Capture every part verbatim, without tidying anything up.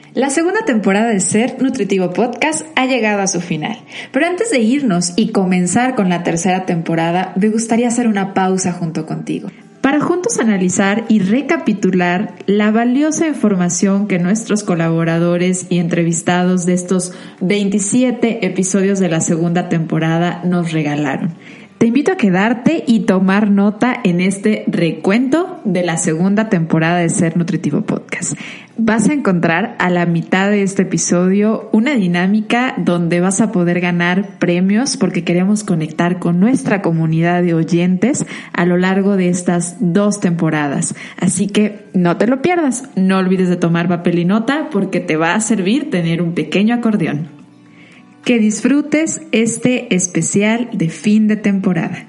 La segunda temporada de Ser Nutritivo Podcast ha llegado a su final, pero antes de irnos y comenzar con la tercera temporada, me gustaría hacer una pausa junto contigo, para juntos analizar y recapitular la valiosa información que nuestros colaboradores y entrevistados de estos veintisiete episodios de la segunda temporada nos regalaron. Te invito a quedarte y tomar nota en este recuento de la segunda temporada de Ser Nutritivo Podcast. Vas a encontrar a la mitad de este episodio una dinámica donde vas a poder ganar premios porque queremos conectar con nuestra comunidad de oyentes a lo largo de estas dos temporadas. Así que no te lo pierdas, no olvides de tomar papel y nota porque te va a servir tener un pequeño acordeón. Que disfrutes este especial de fin de temporada.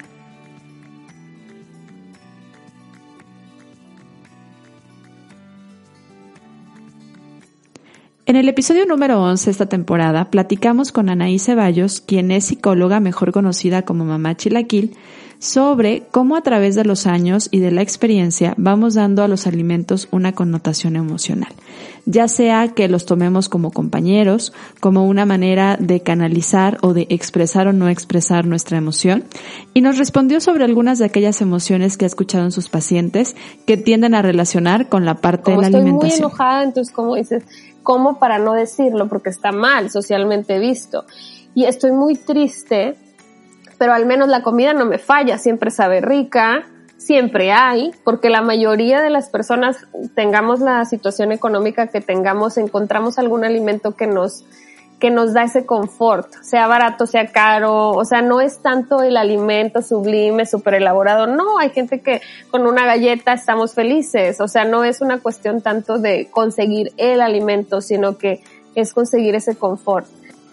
En el episodio número once de esta temporada platicamos con Anaí Ceballos, quien es psicóloga mejor conocida como Mamá Chilaquil, sobre cómo a través de los años y de la experiencia vamos dando a los alimentos una connotación emocional, ya sea que los tomemos como compañeros, como una manera de canalizar o de expresar o no expresar nuestra emoción, y nos respondió sobre algunas de aquellas emociones que ha escuchado en sus pacientes que tienden a relacionar con la parte como de la alimentación. Estoy muy enojada, entonces como dices, ¿cómo para no decirlo? Porque está mal socialmente visto. Y estoy muy triste, pero al menos la comida no me falla, siempre sabe rica, siempre hay, porque la mayoría de las personas, tengamos la situación económica que tengamos, encontramos algún alimento que nos, que nos da ese confort, sea barato, sea caro, o sea, no es tanto el alimento sublime, súper elaborado, no, hay gente que con una galleta estamos felices, o sea, no es una cuestión tanto de conseguir el alimento, sino que es conseguir ese confort.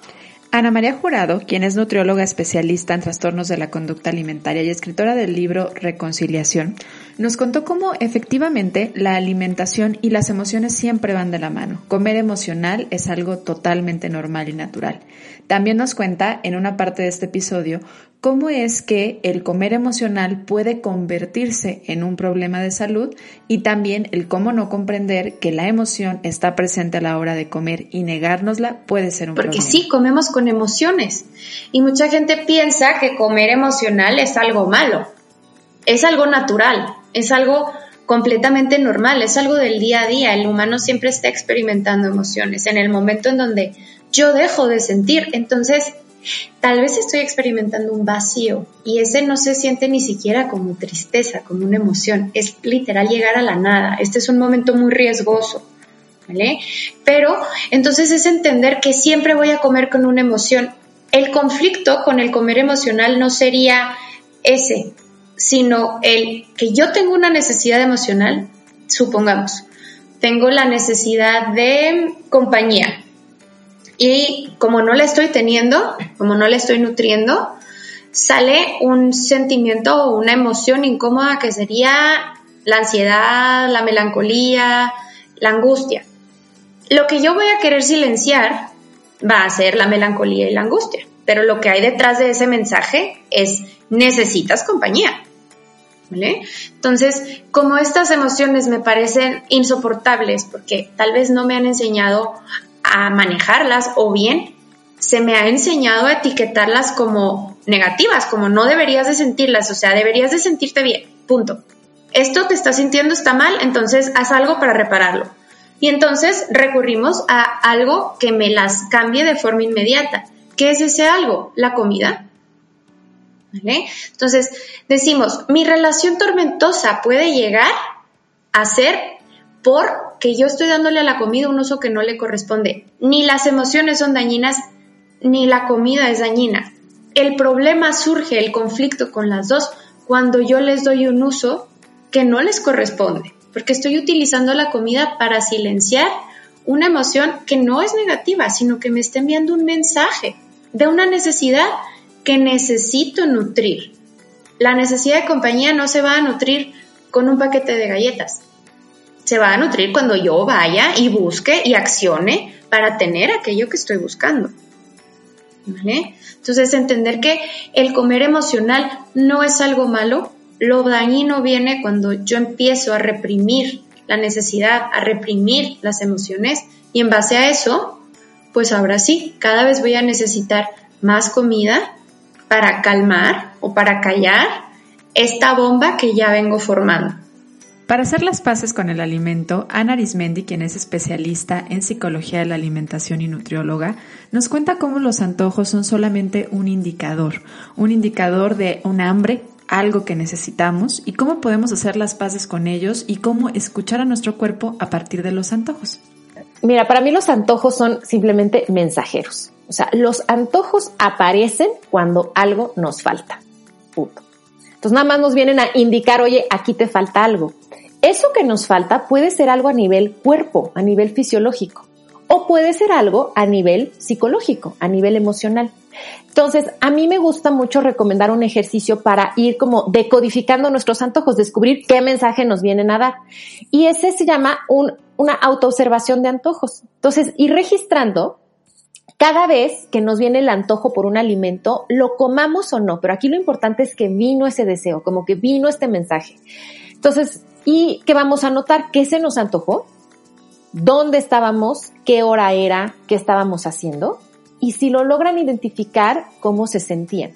Ana María Jurado, quien es nutrióloga especialista en trastornos de la conducta alimentaria y escritora del libro Reconciliación, nos contó cómo efectivamente la alimentación y las emociones siempre van de la mano. Comer emocional es algo totalmente normal y natural. También nos cuenta en una parte de este episodio cómo es que el comer emocional puede convertirse en un problema de salud y también el cómo no comprender que la emoción está presente a la hora de comer y negárnosla puede ser un Porque problema. Porque sí, comemos con emociones y mucha gente piensa que comer emocional es algo malo, es algo natural, es algo completamente normal, es algo del día a día. El humano siempre está experimentando emociones. En el momento en donde yo dejo de sentir, entonces tal vez estoy experimentando un vacío y ese no se siente ni siquiera como tristeza, como una emoción, es literal llegar a la nada. Este es un momento muy riesgoso, ¿vale? Pero entonces es entender que siempre voy a comer con una emoción. El conflicto con el comer emocional no sería ese, sino el que yo tengo una necesidad emocional, supongamos, tengo la necesidad de compañía. Y como no la estoy teniendo, como no la estoy nutriendo, sale un sentimiento o una emoción incómoda que sería la ansiedad, la melancolía, la angustia. Lo que yo voy a querer silenciar va a ser la melancolía y la angustia, pero lo que hay detrás de ese mensaje es necesitas compañía, ¿vale? Entonces, como estas emociones me parecen insoportables porque tal vez no me han enseñado a manejarlas o bien se me ha enseñado a etiquetarlas como negativas, como no deberías de sentirlas, o sea, deberías de sentirte bien, punto. Esto que estás sintiendo está mal, entonces haz algo para repararlo. Y entonces recurrimos a algo que me las cambie de forma inmediata. ¿Qué es ese algo? La comida. ¿Vale? Entonces decimos, mi relación tormentosa puede llegar a ser porque yo estoy dándole a la comida un uso que no le corresponde. Ni las emociones son dañinas, ni la comida es dañina. El problema surge, el conflicto con las dos, cuando yo les doy un uso que no les corresponde, porque estoy utilizando la comida para silenciar una emoción que no es negativa, sino que me está enviando un mensaje de una necesidad que necesito nutrir. La necesidad de compañía no se va a nutrir con un paquete de galletas. Se va a nutrir cuando yo vaya y busque y accione para tener aquello que estoy buscando. ¿Vale? Entonces, entender que el comer emocional no es algo malo. Lo dañino viene cuando yo empiezo a reprimir la necesidad, a reprimir las emociones Y en base a eso, pues ahora sí, cada vez voy a necesitar más comida para calmar o para callar esta bomba que ya vengo formando. Para hacer las paces con el alimento, Ana Arismendi, quien es especialista en psicología de la alimentación y nutrióloga, nos cuenta cómo los antojos son solamente un indicador, un indicador de un hambre, algo que necesitamos, y cómo podemos hacer las paces con ellos y cómo escuchar a nuestro cuerpo a partir de los antojos. Mira, para mí los antojos son simplemente mensajeros. O sea, los antojos aparecen cuando algo nos falta. Punto. Entonces nada más nos vienen a indicar, oye, aquí te falta algo. Eso que nos falta puede ser algo a nivel cuerpo, a nivel fisiológico, o puede ser algo a nivel psicológico, a nivel emocional. Entonces, a mí me gusta mucho recomendar un ejercicio para ir como decodificando nuestros antojos, descubrir qué mensaje nos vienen a dar. Y ese se llama un, una autoobservación de antojos. Entonces, ir registrando cada vez que nos viene el antojo por un alimento, lo comamos o no, pero aquí lo importante es que vino ese deseo, como que vino este mensaje. Entonces, ¿y qué vamos a notar? ¿Qué se nos antojó? ¿Dónde estábamos? ¿Qué hora era? ¿Qué estábamos haciendo? Y si lo logran identificar, ¿cómo se sentían?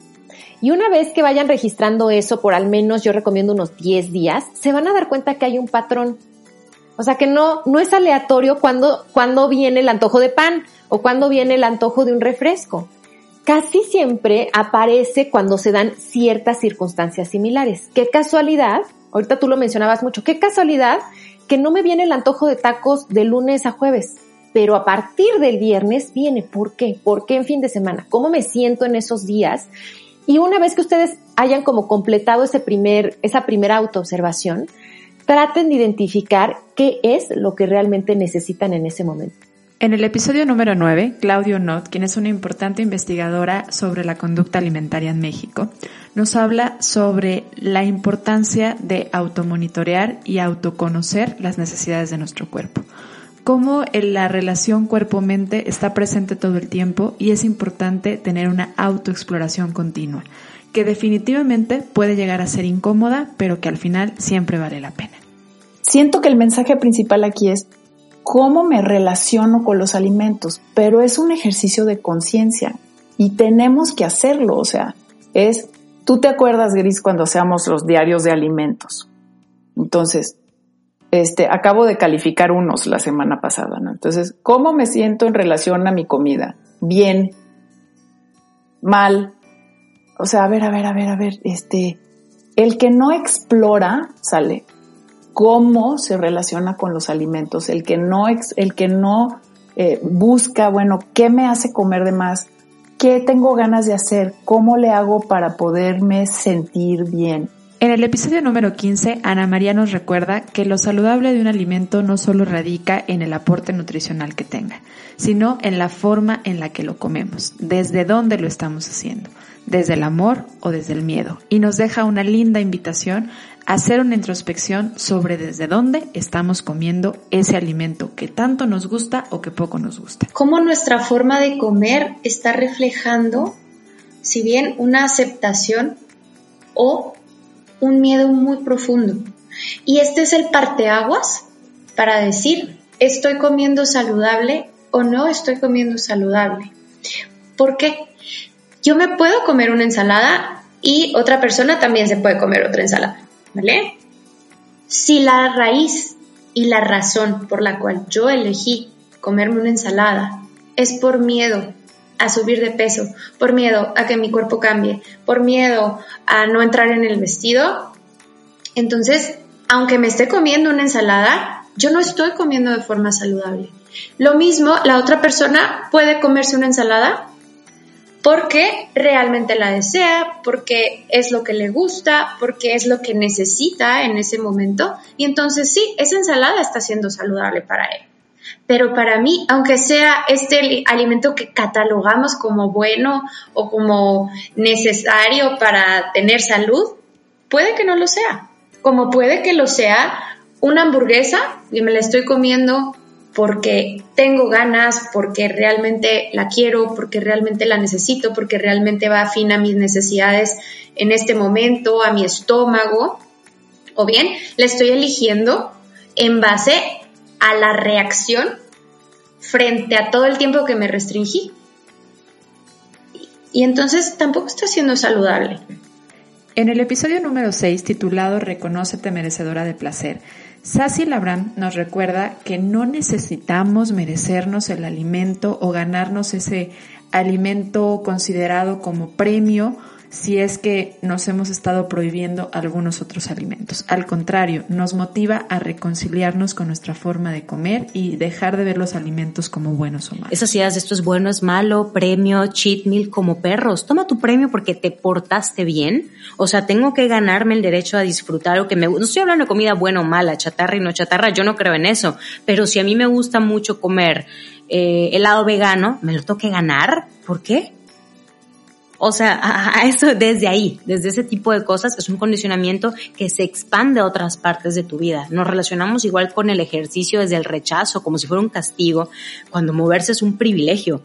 Y una vez que vayan registrando eso por al menos, yo recomiendo unos diez días, se van a dar cuenta que hay un patrón. O sea, que no, no es aleatorio cuando, cuando viene el antojo de pan o cuando viene el antojo de un refresco. Casi siempre aparece cuando se dan ciertas circunstancias similares. ¡Qué casualidad! Ahorita tú lo mencionabas mucho. ¡Qué casualidad que no me viene el antojo de tacos de lunes a jueves! Pero a partir del viernes viene. ¿Por qué? ¿Por qué en fin de semana? ¿Cómo me siento en esos días? Y una vez que ustedes hayan como completado ese primer, esa primera autoobservación, traten de identificar qué es lo que realmente necesitan en ese momento. En el episodio número nueve, Claudio Not, quien es una importante investigadora sobre la conducta alimentaria en México, nos habla sobre la importancia de automonitorear y autoconocer las necesidades de nuestro cuerpo. Cómo la relación cuerpo-mente está presente todo el tiempo y es importante tener una autoexploración continua, que definitivamente puede llegar a ser incómoda, pero que al final siempre vale la pena. Siento que el mensaje principal aquí es cómo me relaciono con los alimentos, pero es un ejercicio de conciencia y tenemos que hacerlo. O sea, es, tú te acuerdas, Gris, cuando hacíamos los diarios de alimentos. Entonces, este, acabo de calificar unos la semana pasada, ¿no? Entonces, ¿cómo me siento en relación a mi comida? Bien, mal. O sea, a ver, a ver, a ver, a ver, este, el que no explora, sale, cómo se relaciona con los alimentos, el que no, el que no eh, busca, bueno, ¿qué me hace comer de más? ¿Qué tengo ganas de hacer? ¿Cómo le hago para poderme sentir bien? En el episodio número quince, Ana María nos recuerda que lo saludable de un alimento no solo radica en el aporte nutricional que tenga, sino en la forma en la que lo comemos, desde dónde lo estamos haciendo, desde el amor o desde el miedo. Y nos deja una linda invitación a hacer una introspección sobre desde dónde estamos comiendo ese alimento que tanto nos gusta o que poco nos gusta. Cómo nuestra forma de comer está reflejando, si bien una aceptación o un miedo muy profundo. Y este es el parteaguas para decir, ¿estoy comiendo saludable o no estoy comiendo saludable? ¿Por qué? Yo me puedo comer una ensalada y otra persona también se puede comer otra ensalada, ¿vale? Si la raíz y la razón por la cual yo elegí comerme una ensalada es por miedo a subir de peso, por miedo a que mi cuerpo cambie, por miedo a no entrar en el vestido, entonces, aunque me esté comiendo una ensalada, yo no estoy comiendo de forma saludable. Lo mismo, la otra persona puede comerse una ensalada porque realmente la desea, porque es lo que le gusta, porque es lo que necesita en ese momento, y entonces sí, esa ensalada está siendo saludable para él. Pero para mí, aunque sea este alimento que catalogamos como bueno o como necesario para tener salud, puede que no lo sea. Como puede que lo sea una hamburguesa y me la estoy comiendo porque tengo ganas, porque realmente la quiero, porque realmente la necesito, porque realmente va afín a mis necesidades en este momento, a mi estómago. O bien, la estoy eligiendo en base a la reacción frente a todo el tiempo que me restringí. Y entonces tampoco está siendo saludable. En el episodio número seis, titulado Reconócete merecedora de placer, Sassy Labran nos recuerda que no necesitamos merecernos el alimento o ganarnos ese alimento considerado como premio si es que nos hemos estado prohibiendo algunos otros alimentos. Al contrario, nos motiva a reconciliarnos con nuestra forma de comer y dejar de ver los alimentos como buenos o malos. Esas ideas de esto es bueno, es malo, premio, cheat meal, como perros. Toma tu premio porque te portaste bien. O sea, tengo que ganarme el derecho a disfrutar o que me gusta. No estoy hablando de comida buena o mala, chatarra y no chatarra, yo no creo en eso. Pero si a mí me gusta mucho comer eh, helado vegano, ¿me lo tengo que ganar? ¿Por qué? O sea, a, a eso desde ahí, desde ese tipo de cosas, es un condicionamiento que se expande a otras partes de tu vida. Nos relacionamos igual con el ejercicio desde el rechazo, como si fuera un castigo, cuando moverse es un privilegio.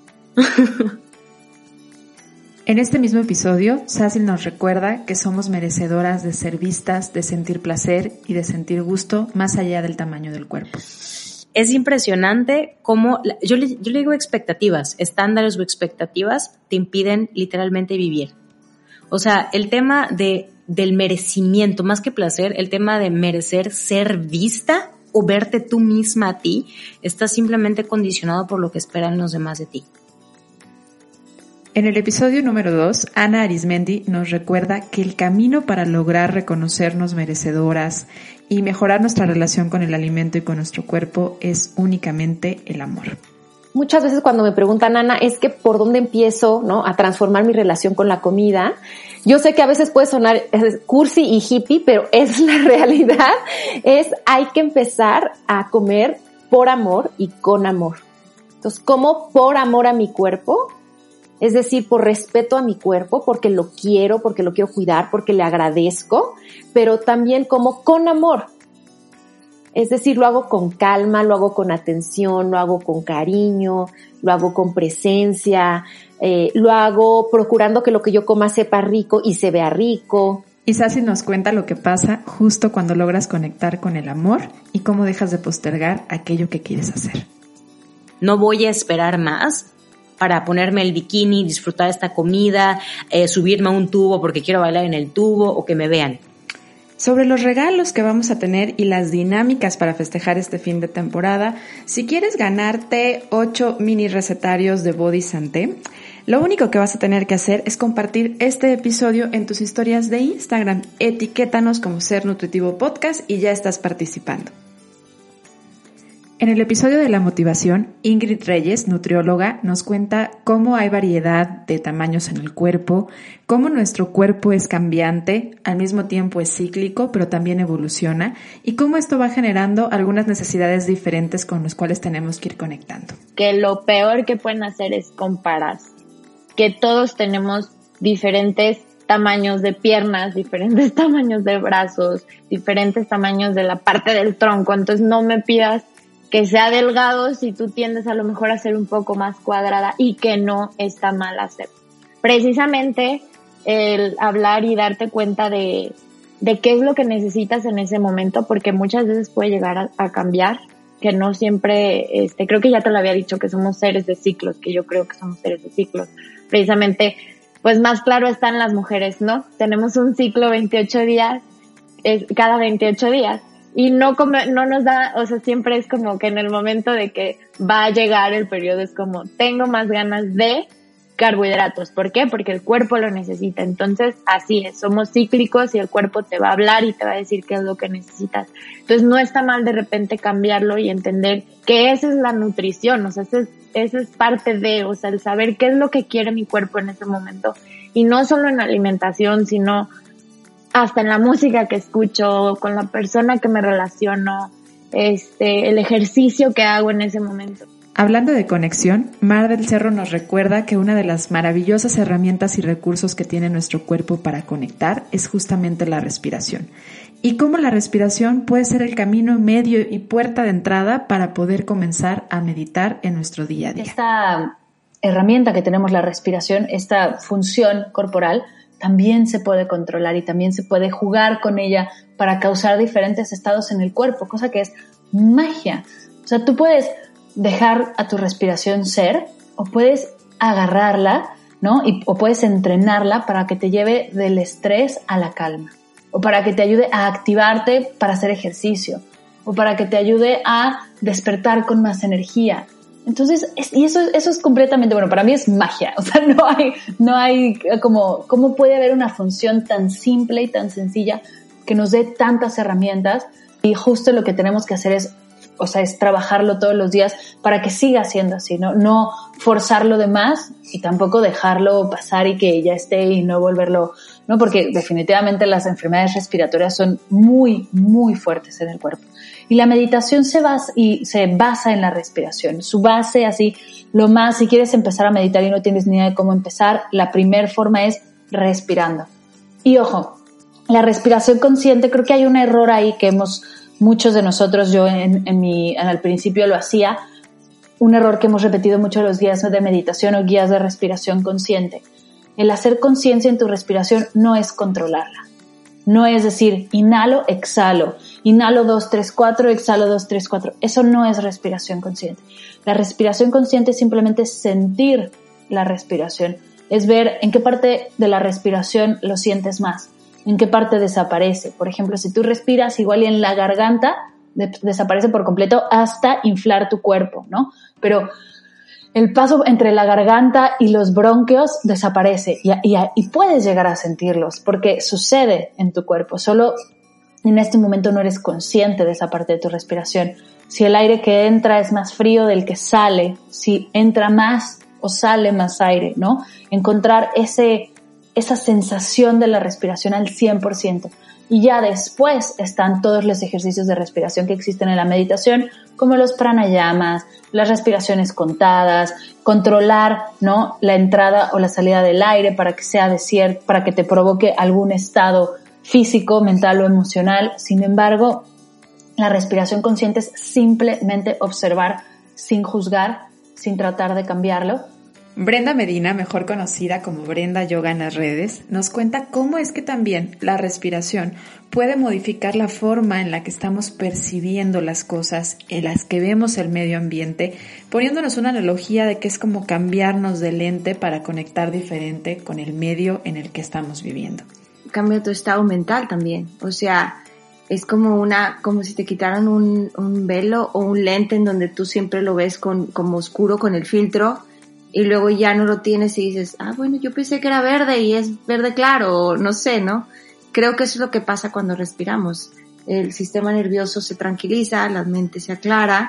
En este mismo episodio, Sassy nos recuerda que somos merecedoras de ser vistas, de sentir placer y de sentir gusto más allá del tamaño del cuerpo. Es impresionante cómo, yo le, yo le digo expectativas, estándares o expectativas te impiden literalmente vivir. O sea, el tema de, del merecimiento, más que placer, el tema de merecer ser vista o verte tú misma a ti, está simplemente condicionado por lo que esperan los demás de ti. En el episodio número dos, Ana Arismendi nos recuerda que el camino para lograr reconocernos merecedoras y mejorar nuestra relación con el alimento y con nuestro cuerpo es únicamente el amor. Muchas veces cuando me preguntan, Ana, es que por dónde empiezo, ¿no?, a transformar mi relación con la comida. Yo sé que a veces puede sonar cursi y hippie, pero es la realidad. Es, hay que empezar a comer por amor y con amor. Entonces, como por amor a mi cuerpo, es decir, por respeto a mi cuerpo, porque lo quiero, porque lo quiero cuidar, porque le agradezco, pero también como con amor. Es decir, lo hago con calma, lo hago con atención, lo hago con cariño, lo hago con presencia, eh, lo hago procurando que lo que yo coma sepa rico y se vea rico. Y Sassy nos cuenta lo que pasa justo cuando logras conectar con el amor y cómo dejas de postergar aquello que quieres hacer. No voy a esperar más para ponerme el bikini, disfrutar esta comida, eh, subirme a un tubo porque quiero bailar en el tubo o que me vean. Sobre los regalos que vamos a tener y las dinámicas para festejar este fin de temporada, si quieres ganarte ocho mini recetarios de Body Santé, lo único que vas a tener que hacer es compartir este episodio en tus historias de Instagram. Etiquétanos como Ser Nutritivo Podcast y ya estás participando. En el episodio de la motivación, Ingrid Reyes, nutrióloga, nos cuenta cómo hay variedad de tamaños en el cuerpo, cómo nuestro cuerpo es cambiante, al mismo tiempo es cíclico, pero también evoluciona, y cómo esto va generando algunas necesidades diferentes con las cuales tenemos que ir conectando. Que lo peor que pueden hacer es compararse, que todos tenemos diferentes tamaños de piernas, diferentes tamaños de brazos, diferentes tamaños de la parte del tronco, entonces no me pidas que sea delgado si tú tiendes a lo mejor a ser un poco más cuadrada y que no está mal hacer. Precisamente el hablar y darte cuenta de, de qué es lo que necesitas en ese momento, porque muchas veces puede llegar a, a cambiar, que no siempre, este, creo que ya te lo había dicho, que somos seres de ciclos, que yo creo que somos seres de ciclos. Precisamente, pues más claro están las mujeres, ¿no? Tenemos un ciclo veintiocho días, es cada veintiocho días. Y no come, no nos da, o sea, siempre es como que en el momento de que va a llegar el periodo es como, tengo más ganas de carbohidratos. ¿Por qué? Porque el cuerpo lo necesita. Entonces, así es, somos cíclicos y el cuerpo te va a hablar y te va a decir qué es lo que necesitas. Entonces, no está mal de repente cambiarlo y entender que esa es la nutrición, o sea, esa es, esa es parte de, o sea, el saber qué es lo que quiere mi cuerpo en ese momento. Y no solo en alimentación, sino hasta en la música que escucho, con la persona que me relaciono, este, el ejercicio que hago en ese momento. Hablando de conexión, Mar del Cerro nos recuerda que una de las maravillosas herramientas y recursos que tiene nuestro cuerpo para conectar es justamente la respiración. Y cómo la respiración puede ser el camino medio y puerta de entrada para poder comenzar a meditar en nuestro día a día. Esta herramienta que tenemos, la respiración, esta función corporal, también se puede controlar y también se puede jugar con ella para causar diferentes estados en el cuerpo, cosa que es magia. O sea, tú puedes dejar a tu respiración ser, o puedes agarrarla, ¿no? Y, o puedes entrenarla para que te lleve del estrés a la calma, o para que te ayude a activarte para hacer ejercicio, o para que te ayude a despertar con más energía. Entonces, es, y eso, eso es completamente, bueno, para mí es magia. O sea, no hay, no hay como, ¿cómo puede haber una función tan simple y tan sencilla que nos dé tantas herramientas? Y justo lo que tenemos que hacer es, o sea, es trabajarlo todos los días para que siga siendo así, ¿no? No forzarlo de más y tampoco dejarlo pasar y que ya esté y no volverlo, ¿no? Porque definitivamente las enfermedades respiratorias son muy, muy fuertes en el cuerpo. Y la meditación se basa, y se basa en la respiración. Su base, así, lo más, si quieres empezar a meditar y no tienes ni idea de cómo empezar, la primer forma es respirando. Y ojo, la respiración consciente, creo que hay un error ahí que hemos, muchos de nosotros, yo en, en mi, en al principio lo hacía, un error que hemos repetido mucho en los guías de meditación o guías de respiración consciente. El hacer conciencia en tu respiración no es controlarla. No es decir, inhalo, exhalo, inhalo dos, tres, cuatro, exhalo dos, tres, cuatro. Eso no es respiración consciente. La respiración consciente es simplemente sentir la respiración. Es ver en qué parte de la respiración lo sientes más, en qué parte desaparece. Por ejemplo, si tú respiras igual y en la garganta, de- desaparece por completo hasta inflar tu cuerpo, ¿no? Pero el paso entre la garganta y los bronquios desaparece y, y, y puedes llegar a sentirlos porque sucede en tu cuerpo. Solo en este momento no eres consciente de esa parte de tu respiración. Si el aire que entra es más frío del que sale, si entra más o sale más aire, ¿no? Encontrar ese, esa sensación de la respiración al cien por ciento. Y ya después están todos los ejercicios de respiración que existen en la meditación, como los pranayamas, las respiraciones contadas, controlar, ¿no?, la entrada o la salida del aire para que sea desierto, para que te provoque algún estado físico, mental o emocional. Sin embargo, la respiración consciente es simplemente observar sin juzgar, sin tratar de cambiarlo. Brenda Medina, mejor conocida como Brenda Yoga en las redes, nos cuenta cómo es que también la respiración puede modificar la forma en la que estamos percibiendo las cosas, en las que vemos el medio ambiente, poniéndonos una analogía de que es como cambiarnos de lente para conectar diferente con el medio en el que estamos viviendo. Cambia tu estado mental también, o sea, es como una, como si te quitaran un, un velo o un lente en donde tú siempre lo ves con, como oscuro con el filtro, y luego ya no lo tienes y dices, ah, bueno, yo pensé que era verde y es verde claro, o no sé, ¿no? Creo que eso es lo que pasa cuando respiramos. El sistema nervioso se tranquiliza, la mente se aclara,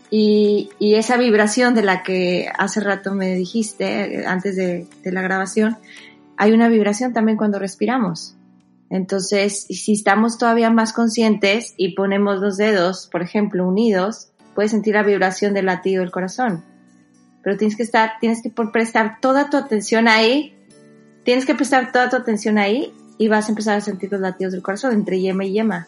y, y esa vibración de la que hace rato me dijiste, antes de, de la grabación, hay una vibración también cuando respiramos. Entonces, si estamos todavía más conscientes y ponemos los dedos, por ejemplo, unidos, puedes sentir la vibración del latido del corazón. Pero tienes que estar, tienes que prestar toda tu atención ahí, tienes que prestar toda tu atención ahí y vas a empezar a sentir los latidos del corazón entre yema y yema.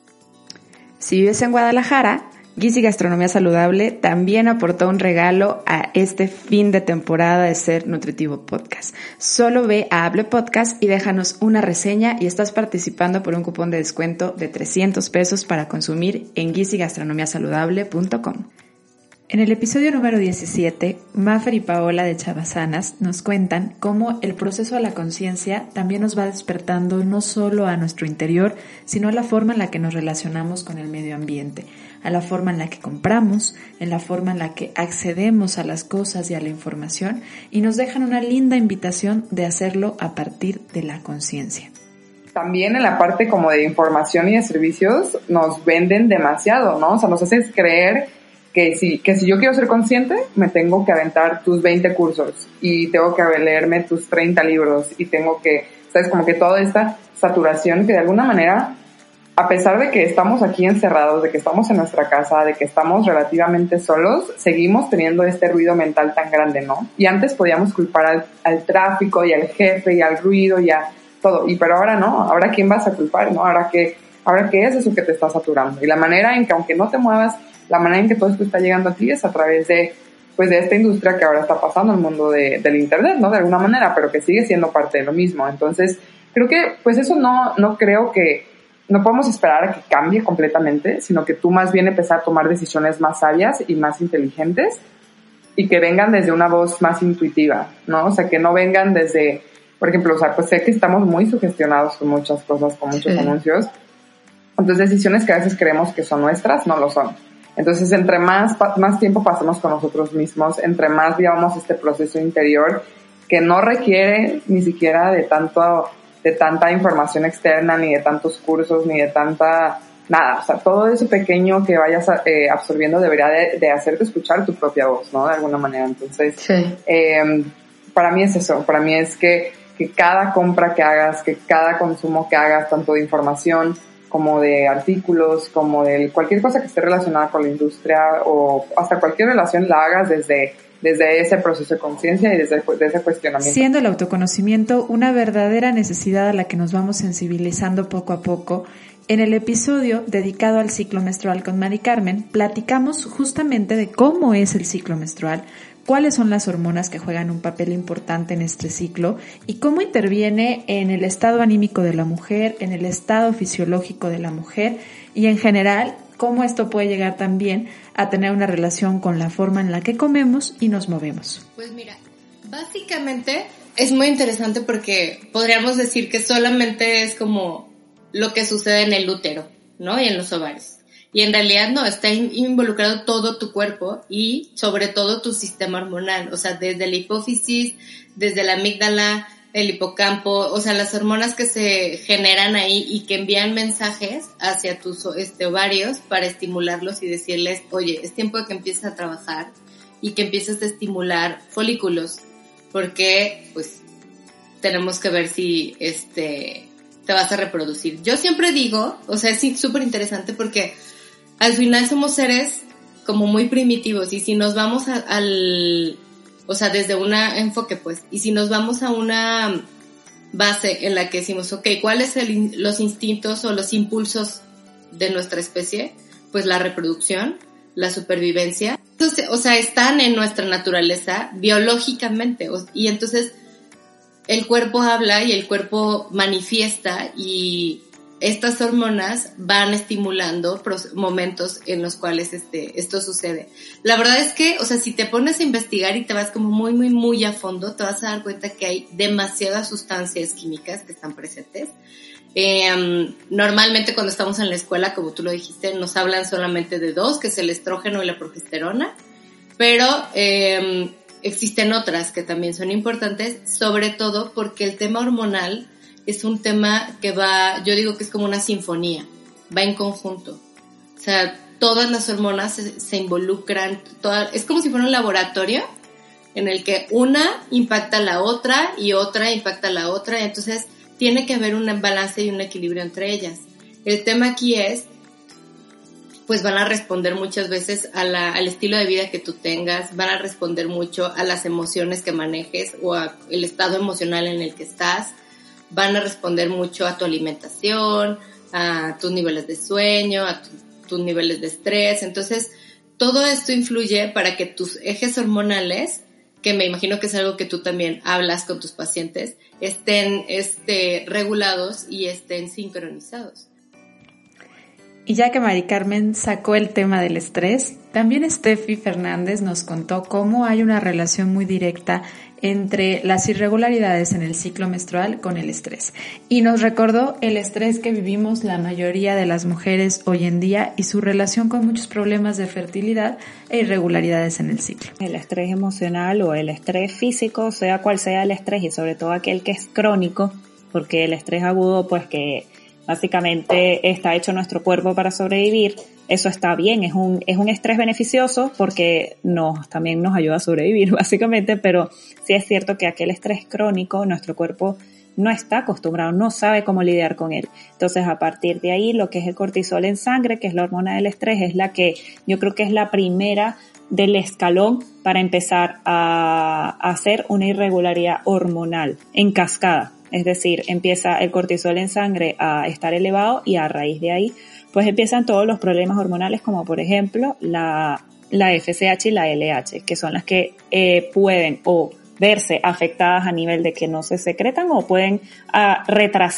Si vives en Guadalajara, Gizi Gastronomía Saludable también aportó un regalo a este fin de temporada de Ser Nutritivo Podcast. Solo ve a Hable Podcast y déjanos una reseña y estás participando por un cupón de descuento de trescientos pesos para consumir en gizi gastronomía saludable punto com. En el episodio número diecisiete, Mafer y Paola de Chavasanas nos cuentan cómo el proceso de la conciencia también nos va despertando no solo a nuestro interior, sino a la forma en la que nos relacionamos con el medio ambiente, a la forma en la que compramos, en la forma en la que accedemos a las cosas y a la información, y nos dejan una linda invitación de hacerlo a partir de la conciencia. También en la parte como de información y de servicios nos venden demasiado, ¿no? O sea, nos hacen creer que si, que si yo quiero ser consciente, me tengo que aventar tus veinte cursos y tengo que leerme tus treinta libros y tengo que, ¿sabes? Como que toda esta saturación que de alguna manera, a pesar de que estamos aquí encerrados, de que estamos en nuestra casa, de que estamos relativamente solos, seguimos teniendo este ruido mental tan grande, ¿no? Y antes podíamos culpar al, al tráfico y al jefe y al ruido y a todo, y pero ahora no, ahora ¿quién vas a culpar, no? Ahora qué, ahora qué es eso que te está saturando. Y la manera en que, aunque no te muevas, la manera en que todo esto está llegando a ti es a través de, pues, de esta industria que ahora está pasando, el mundo de, del internet, ¿no? De alguna manera, pero que sigue siendo parte de lo mismo. Entonces, creo que, pues, eso no, no creo que, no podemos esperar a que cambie completamente, sino que tú más bien empezar a tomar decisiones más sabias y más inteligentes y que vengan desde una voz más intuitiva, ¿no? O sea, que no vengan desde, por ejemplo, o sea, pues sé que estamos muy sugestionados con muchas cosas, con muchos sí. anuncios. Entonces, decisiones que a veces creemos que son nuestras, no lo son. Entonces, entre más, más tiempo pasamos con nosotros mismos, entre más vivamos este proceso interior que no requiere ni siquiera de tanto, de tanta información externa, ni de tantos cursos, ni de tanta, nada. O sea, todo eso pequeño que vayas eh, absorbiendo debería de, de hacerte escuchar tu propia voz, ¿no? De alguna manera. Entonces, sí. eh, para mí es eso. Para mí es que, que cada compra que hagas, que cada consumo que hagas, tanto de información como de artículos, como de cualquier cosa que esté relacionada con la industria o hasta cualquier relación la hagas desde, desde ese proceso de conciencia y desde, desde ese cuestionamiento. Siendo el autoconocimiento una verdadera necesidad a la que nos vamos sensibilizando poco a poco, en el episodio dedicado al ciclo menstrual con Mari Carmen, platicamos justamente de cómo es el ciclo menstrual, cuáles son las hormonas que juegan un papel importante en este ciclo y cómo interviene en el estado anímico de la mujer, en el estado fisiológico de la mujer y en general cómo esto puede llegar también a tener una relación con la forma en la que comemos y nos movemos. Pues mira, básicamente es muy interesante porque podríamos decir que solamente es como lo que sucede en el útero, ¿no? Y en los ovarios. Y en realidad no, está involucrado todo tu cuerpo y sobre todo tu sistema hormonal, o sea, desde la hipófisis, desde la amígdala, el hipocampo, o sea, las hormonas que se generan ahí y que envían mensajes hacia tus este, ovarios para estimularlos y decirles, oye, es tiempo de que empieces a trabajar y que empieces a estimular folículos, porque pues tenemos que ver si este te vas a reproducir. Yo siempre digo, o sea, es súper interesante porque al final somos seres como muy primitivos y si nos vamos a, al, o sea, desde un enfoque pues, y si nos vamos a una base en la que decimos, ok, ¿cuáles son los instintos o los impulsos de nuestra especie? Pues la reproducción, la supervivencia. Entonces, o sea, están en nuestra naturaleza biológicamente y entonces el cuerpo habla y el cuerpo manifiesta y estas hormonas van estimulando momentos en los cuales este, esto sucede. La verdad es que, o sea, si te pones a investigar y te vas como muy, muy, muy a fondo, te vas a dar cuenta que hay demasiadas sustancias químicas que están presentes. Eh, normalmente cuando estamos en la escuela, como tú lo dijiste, nos hablan solamente de dos, que es el estrógeno y la progesterona, pero eh, existen otras que también son importantes, sobre todo porque el tema hormonal es un tema que va, yo digo que es como una sinfonía, va en conjunto. O sea, todas las hormonas se, se involucran, toda, es como si fuera un laboratorio en el que una impacta a la otra y otra impacta a la otra, y entonces tiene que haber un balance y un equilibrio entre ellas. El tema aquí es, pues van a responder muchas veces a la, al estilo de vida que tú tengas, van a responder mucho a las emociones que manejes o al estado emocional en el que estás, van a responder mucho a tu alimentación, a tus niveles de sueño, a tu, tus niveles de estrés. Entonces, todo esto influye para que tus ejes hormonales, que me imagino que es algo que tú también hablas con tus pacientes, estén este, regulados y estén sincronizados. Y ya que Mari Carmen sacó el tema del estrés, también Steffi Fernández nos contó cómo hay una relación muy directa entre las irregularidades en el ciclo menstrual con el estrés. Y nos recordó el estrés que vivimos la mayoría de las mujeres hoy en día y su relación con muchos problemas de fertilidad e irregularidades en el ciclo. El estrés emocional o el estrés físico, sea cual sea el estrés y sobre todo aquel que es crónico, porque el estrés agudo pues que básicamente está hecho nuestro cuerpo para sobrevivir, eso está bien, es un, es un estrés beneficioso porque nos, también nos ayuda a sobrevivir básicamente, pero sí es cierto que aquel estrés crónico, nuestro cuerpo no está acostumbrado, no sabe cómo lidiar con él. Entonces a partir de ahí lo que es el cortisol en sangre, que es la hormona del estrés, es la que yo creo que es la primera del escalón para empezar a, a hacer una irregularidad hormonal en cascada. Es decir, empieza el cortisol en sangre a estar elevado y a raíz de ahí pues empiezan todos los problemas hormonales como por ejemplo la, la F S H y la L H, que son las que eh, pueden o verse afectadas a nivel de que no se secretan o pueden uh, retrasar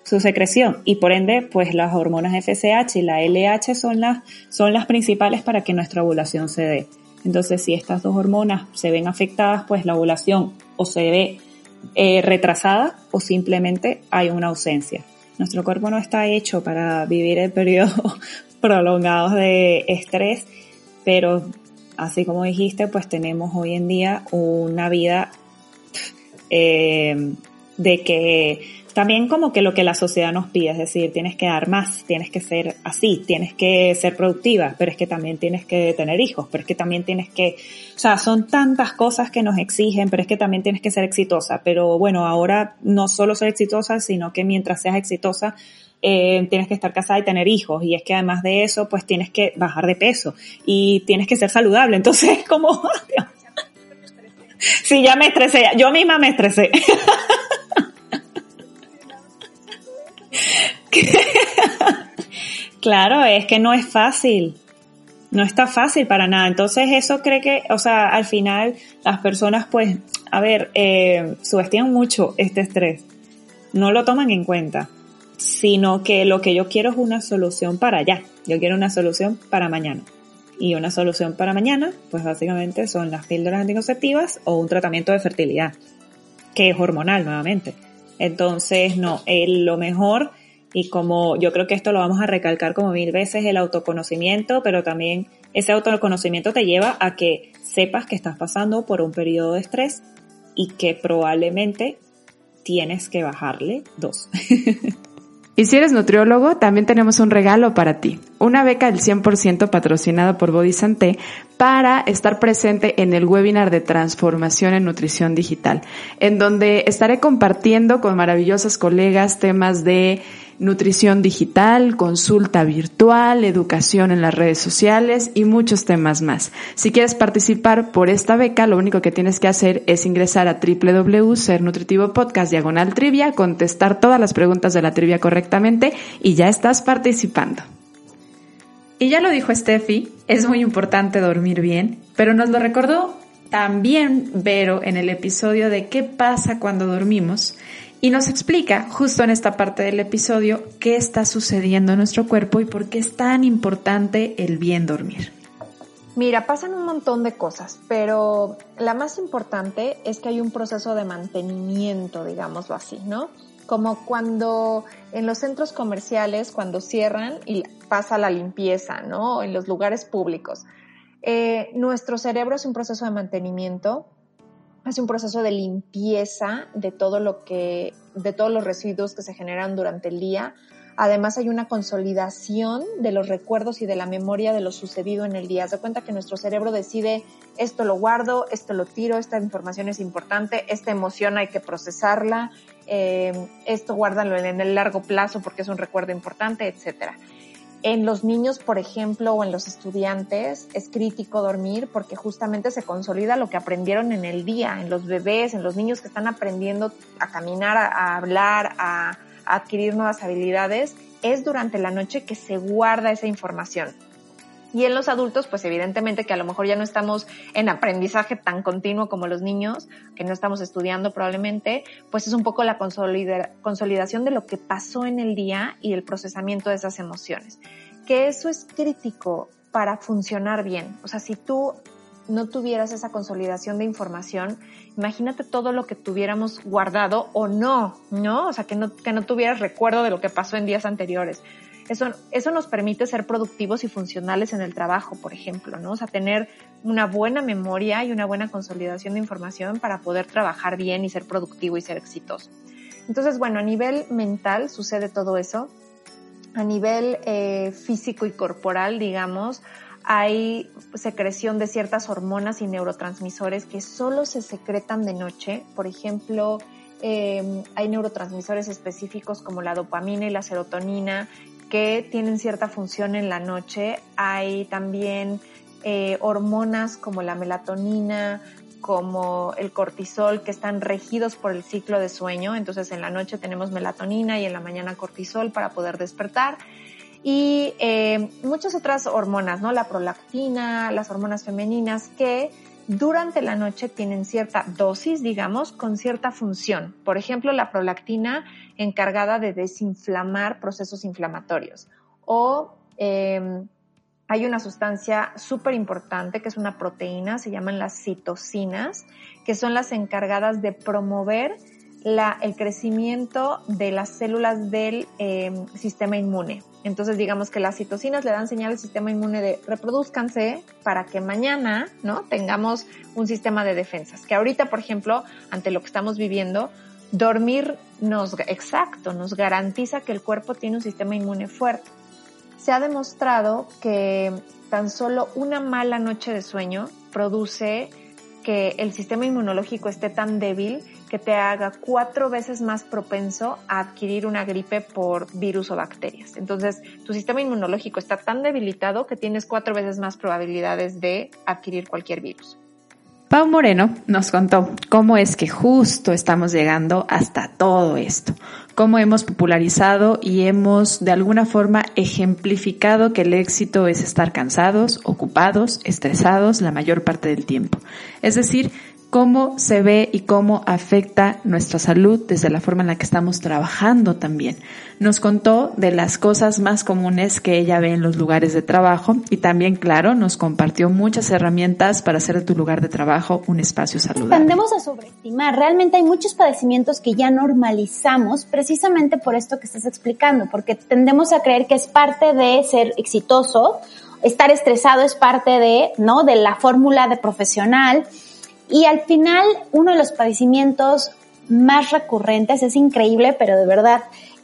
su secreción y por ende pues las hormonas F S H y la L H son las, son las principales para que nuestra ovulación se dé. Entonces si estas dos hormonas se ven afectadas, pues la ovulación o se ve eh, retrasada o simplemente hay una ausencia. Nuestro cuerpo no está hecho para vivir en periodos prolongados de estrés, pero así como dijiste, pues tenemos hoy en día una vida eh, de que también como que lo que la sociedad nos pide, es decir, tienes que dar más, tienes que ser así, tienes que ser productiva, pero es que también tienes que tener hijos, pero es que también tienes que, o sea, son tantas cosas que nos exigen, pero es que también tienes que ser exitosa. Pero bueno, ahora no solo ser exitosa, sino que mientras seas exitosa, eh, tienes que estar casada y tener hijos. Y es que además de eso, pues tienes que bajar de peso y tienes que ser saludable. Entonces, como, sí, ya me estresé, yo misma me estresé. Claro, es que no es fácil, no está fácil para nada. Entonces eso cree que, o sea, al final las personas pues, a ver, eh, subestiman mucho este estrés, no lo toman en cuenta, sino que lo que yo quiero es una solución para allá, yo quiero una solución para mañana. Y una solución para mañana, pues básicamente son las píldoras anticonceptivas o un tratamiento de fertilidad, que es hormonal nuevamente. Entonces, no, eh, lo mejor, y como yo creo que esto lo vamos a recalcar como mil veces, el autoconocimiento, pero también ese autoconocimiento te lleva a que sepas que estás pasando por un periodo de estrés y que probablemente tienes que bajarle dos. Y si eres nutriólogo, también tenemos un regalo para ti. Una beca del cien por ciento patrocinada por Body Santé para estar presente en el webinar de transformación en nutrición digital, en donde estaré compartiendo con maravillosas colegas temas de nutrición digital, consulta virtual, educación en las redes sociales y muchos temas más. Si quieres participar por esta beca, lo único que tienes que hacer es ingresar a doble u doble u doble u punto ser nutritivo podcast diagonal trivia, contestar todas las preguntas de la trivia correctamente y ya estás participando. Y ya lo dijo Steffi, es muy importante dormir bien, pero nos lo recordó también Vero en el episodio de ¿qué pasa cuando dormimos? Y nos explica justo en esta parte del episodio qué está sucediendo en nuestro cuerpo y por qué es tan importante el bien dormir. Mira, pasan un montón de cosas, pero la más importante es que hay un proceso de mantenimiento, digámoslo así, ¿no? Como cuando en los centros comerciales, cuando cierran y pasa la limpieza, ¿no? En los lugares públicos. Eh, nuestro cerebro es un proceso de mantenimiento, es un proceso de limpieza de todo lo que, de todos los residuos que se generan durante el día. Además hay una consolidación de los recuerdos y de la memoria de lo sucedido en el día. Se cuenta que nuestro cerebro decide, esto lo guardo, esto lo tiro, esta información es importante, esta emoción hay que procesarla, eh, esto guárdalo en el largo plazo porque es un recuerdo importante, etcétera. En los niños, por ejemplo, o en los estudiantes, es crítico dormir porque justamente se consolida lo que aprendieron en el día. En los bebés, en los niños que están aprendiendo a caminar, a, a hablar, a, a adquirir nuevas habilidades, es durante la noche que se guarda esa información. Y en los adultos, pues evidentemente que a lo mejor ya no estamos en aprendizaje tan continuo como los niños, que no estamos estudiando probablemente, pues es un poco la consolida- consolidación de lo que pasó en el día y el procesamiento de esas emociones. Que eso es crítico para funcionar bien. O sea, si tú no tuvieras esa consolidación de información, imagínate todo lo que tuviéramos guardado o no, ¿no? O sea, que no, que no tuvieras recuerdo de lo que pasó en días anteriores. Eso, eso nos permite ser productivos y funcionales en el trabajo, por ejemplo, ¿no? O sea, tener una buena memoria y una buena consolidación de información para poder trabajar bien y ser productivo y ser exitoso. Entonces, bueno, a nivel mental sucede todo eso. A nivel eh, físico y corporal, digamos, hay secreción de ciertas hormonas y neurotransmisores que solo se secretan de noche. Por ejemplo, eh, hay neurotransmisores específicos como la dopamina y la serotonina que tienen cierta función en la noche. Hay también eh, hormonas como la melatonina, como el cortisol, que están regidos por el ciclo de sueño. Entonces en la noche tenemos melatonina y en la mañana cortisol para poder despertar. Y eh, muchas otras hormonas, ¿no? La prolactina, las hormonas femeninas que durante la noche tienen cierta dosis, digamos, con cierta función. Por ejemplo, la prolactina encargada de desinflamar procesos inflamatorios. O eh, hay una sustancia súper importante que es una proteína, se llaman las citocinas, que son las encargadas de promover la, el crecimiento de las células del eh, sistema inmune. Entonces, digamos que las citocinas le dan señal al sistema inmune de reproduzcanse para que mañana, ¿no?, tengamos un sistema de defensas. Que ahorita, por ejemplo, ante lo que estamos viviendo, dormir nos, exacto, nos garantiza que el cuerpo tiene un sistema inmune fuerte. Se ha demostrado que tan solo una mala noche de sueño produce que el sistema inmunológico esté tan débil que te haga cuatro veces más propenso a adquirir una gripe por virus o bacterias. Entonces, tu sistema inmunológico está tan debilitado que tienes cuatro veces más probabilidades de adquirir cualquier virus. Pau Moreno nos contó cómo es que justo estamos llegando hasta todo esto, cómo hemos popularizado y hemos de alguna forma ejemplificado que el éxito es estar cansados, ocupados, estresados la mayor parte del tiempo. Es decir, cómo se ve y cómo afecta nuestra salud desde la forma en la que estamos trabajando también. Nos contó de las cosas más comunes que ella ve en los lugares de trabajo y también, claro, nos compartió muchas herramientas para hacer de tu lugar de trabajo un espacio saludable. Tendemos a sobreestimar. Realmente hay muchos padecimientos que ya normalizamos precisamente por esto que estás explicando, porque tendemos a creer que es parte de ser exitoso, estar estresado es parte de, ¿no?, de la fórmula de profesional. Y al final, uno de los padecimientos más recurrentes, es increíble, pero de verdad,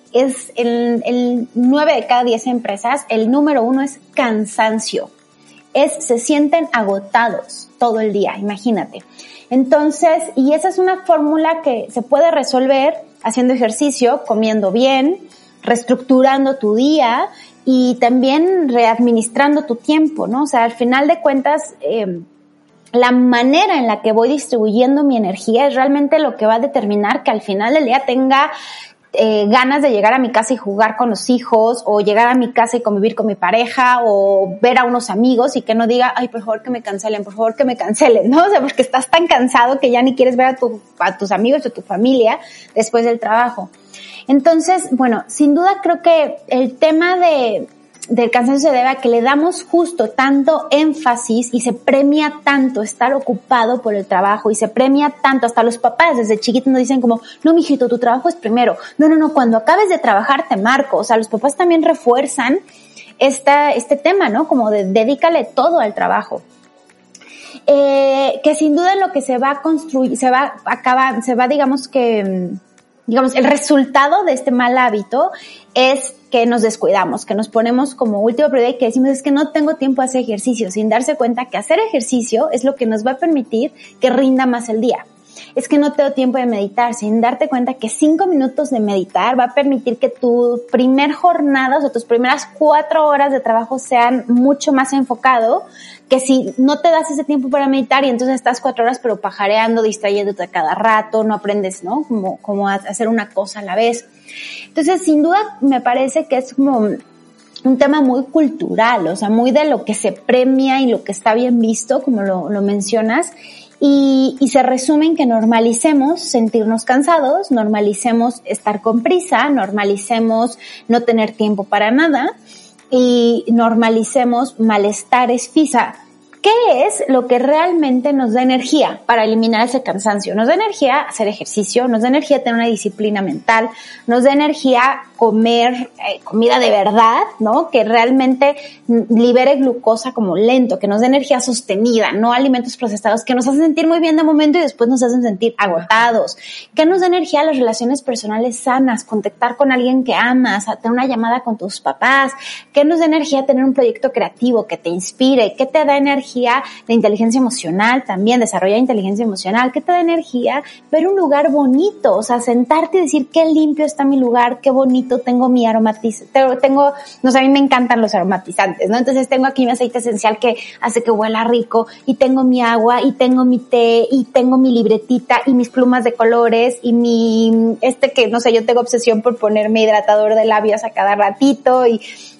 es el, el nueve de cada diez empresas, el número uno es cansancio. Es, se sienten agotados todo el día, imagínate. Entonces, y esa es una fórmula que se puede resolver haciendo ejercicio, comiendo bien, reestructurando tu día y también readministrando tu tiempo, ¿no? O sea, al final de cuentas, eh, la manera en la que voy distribuyendo mi energía es realmente lo que va a determinar que al final del día tenga eh, ganas de llegar a mi casa y jugar con los hijos, o llegar a mi casa y convivir con mi pareja, o ver a unos amigos y que no diga, ay, por favor que me cancelen, por favor que me cancelen, ¿no? O sea, porque estás tan cansado que ya ni quieres ver a, tu, a tus amigos o a tu familia después del trabajo. Entonces, bueno, sin duda creo que el tema de del cansancio se debe a que le damos justo tanto énfasis y se premia tanto estar ocupado por el trabajo y se premia tanto, hasta los papás desde chiquitos nos dicen como, no, mijito, tu trabajo es primero. No, no, no, cuando acabes de trabajar te marco. O sea, los papás también refuerzan esta, este tema, ¿no? Como de dedícale todo al trabajo. Eh, que sin duda lo que se va a construir, se va a acabar, se va, digamos que, digamos, el resultado de este mal hábito es que nos descuidamos, que nos ponemos como última prioridad y que decimos es que no tengo tiempo a hacer ejercicio, sin darse cuenta que hacer ejercicio es lo que nos va a permitir que rinda más el día. Es que no tengo tiempo de meditar, sin darte cuenta que cinco minutos de meditar va a permitir que tu primer jornada, o sea, tus primeras cuatro horas de trabajo sean mucho más enfocado que si no te das ese tiempo para meditar y entonces estás cuatro horas pero pajareando, distrayéndote a cada rato, no aprendes, ¿no? Como, como a hacer una cosa a la vez. Entonces, sin duda, me parece que es como un tema muy cultural, o sea, muy de lo que se premia y lo que está bien visto, como lo, lo mencionas, y, y se resume en que normalicemos sentirnos cansados, normalicemos estar con prisa, normalicemos no tener tiempo para nada y normalicemos malestares físicos. ¿Qué es lo que realmente nos da energía para eliminar ese cansancio? Nos da energía hacer ejercicio, nos da energía tener una disciplina mental, nos da energía comer eh, comida de verdad, ¿no? Que realmente libere glucosa como lento, que nos dé energía sostenida, no alimentos procesados que nos hacen sentir muy bien de momento y después nos hacen sentir agotados. Que nos da energía las relaciones personales sanas, contactar con alguien que amas, tener una llamada con tus papás. Que nos da energía tener un proyecto creativo que te inspire. Que te da energía la inteligencia emocional también, desarrollar inteligencia emocional. Que te da energía ver un lugar bonito, o sea, sentarte y decir qué limpio está mi lugar, qué bonito, tengo mi aromatizante, tengo, no sé, a mí me encantan los aromatizantes, ¿no? Entonces tengo aquí mi aceite esencial que hace que huela rico, y tengo mi agua, y tengo mi té, y tengo mi libretita, y mis plumas de colores, y mi, este que, no sé, yo tengo obsesión por ponerme hidratador de labios a cada ratito, y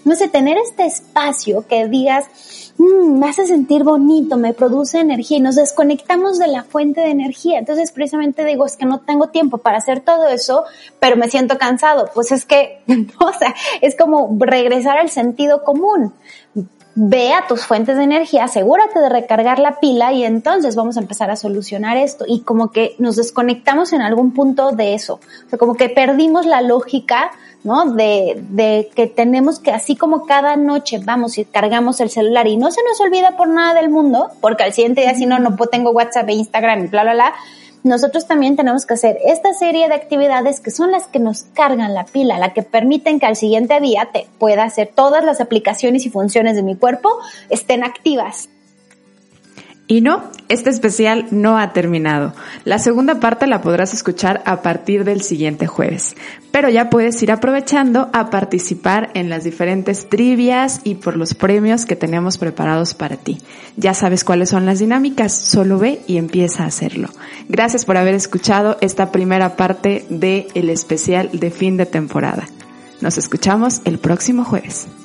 no sé, tener este espacio que digas, mmm, me hace sentir bonito, me produce energía y nos desconectamos de la fuente de energía. Entonces precisamente digo, es que no tengo tiempo para hacer todo eso, pero me siento cansado. Pues es que, o sea, es como regresar al sentido común. Ve a tus fuentes de energía, asegúrate de recargar la pila y entonces vamos a empezar a solucionar esto. Y como que nos desconectamos en algún punto de eso. O sea, como que perdimos la lógica, ¿no? De, de que tenemos que, así como cada noche vamos y cargamos el celular y no se nos olvida por nada del mundo, porque al siguiente día si no, no tengo WhatsApp e Instagram y bla, bla, bla. Nosotros también tenemos que hacer esta serie de actividades que son las que nos cargan la pila, la que permiten que al siguiente día te pueda hacer todas las aplicaciones y funciones de mi cuerpo estén activas. Y no, este especial no ha terminado. La segunda parte la podrás escuchar a partir del siguiente jueves. Pero ya puedes ir aprovechando a participar en las diferentes trivias y por los premios que tenemos preparados para ti. Ya sabes cuáles son las dinámicas, solo ve y empieza a hacerlo. Gracias por haber escuchado esta primera parte del especial de fin de temporada. Nos escuchamos el próximo jueves.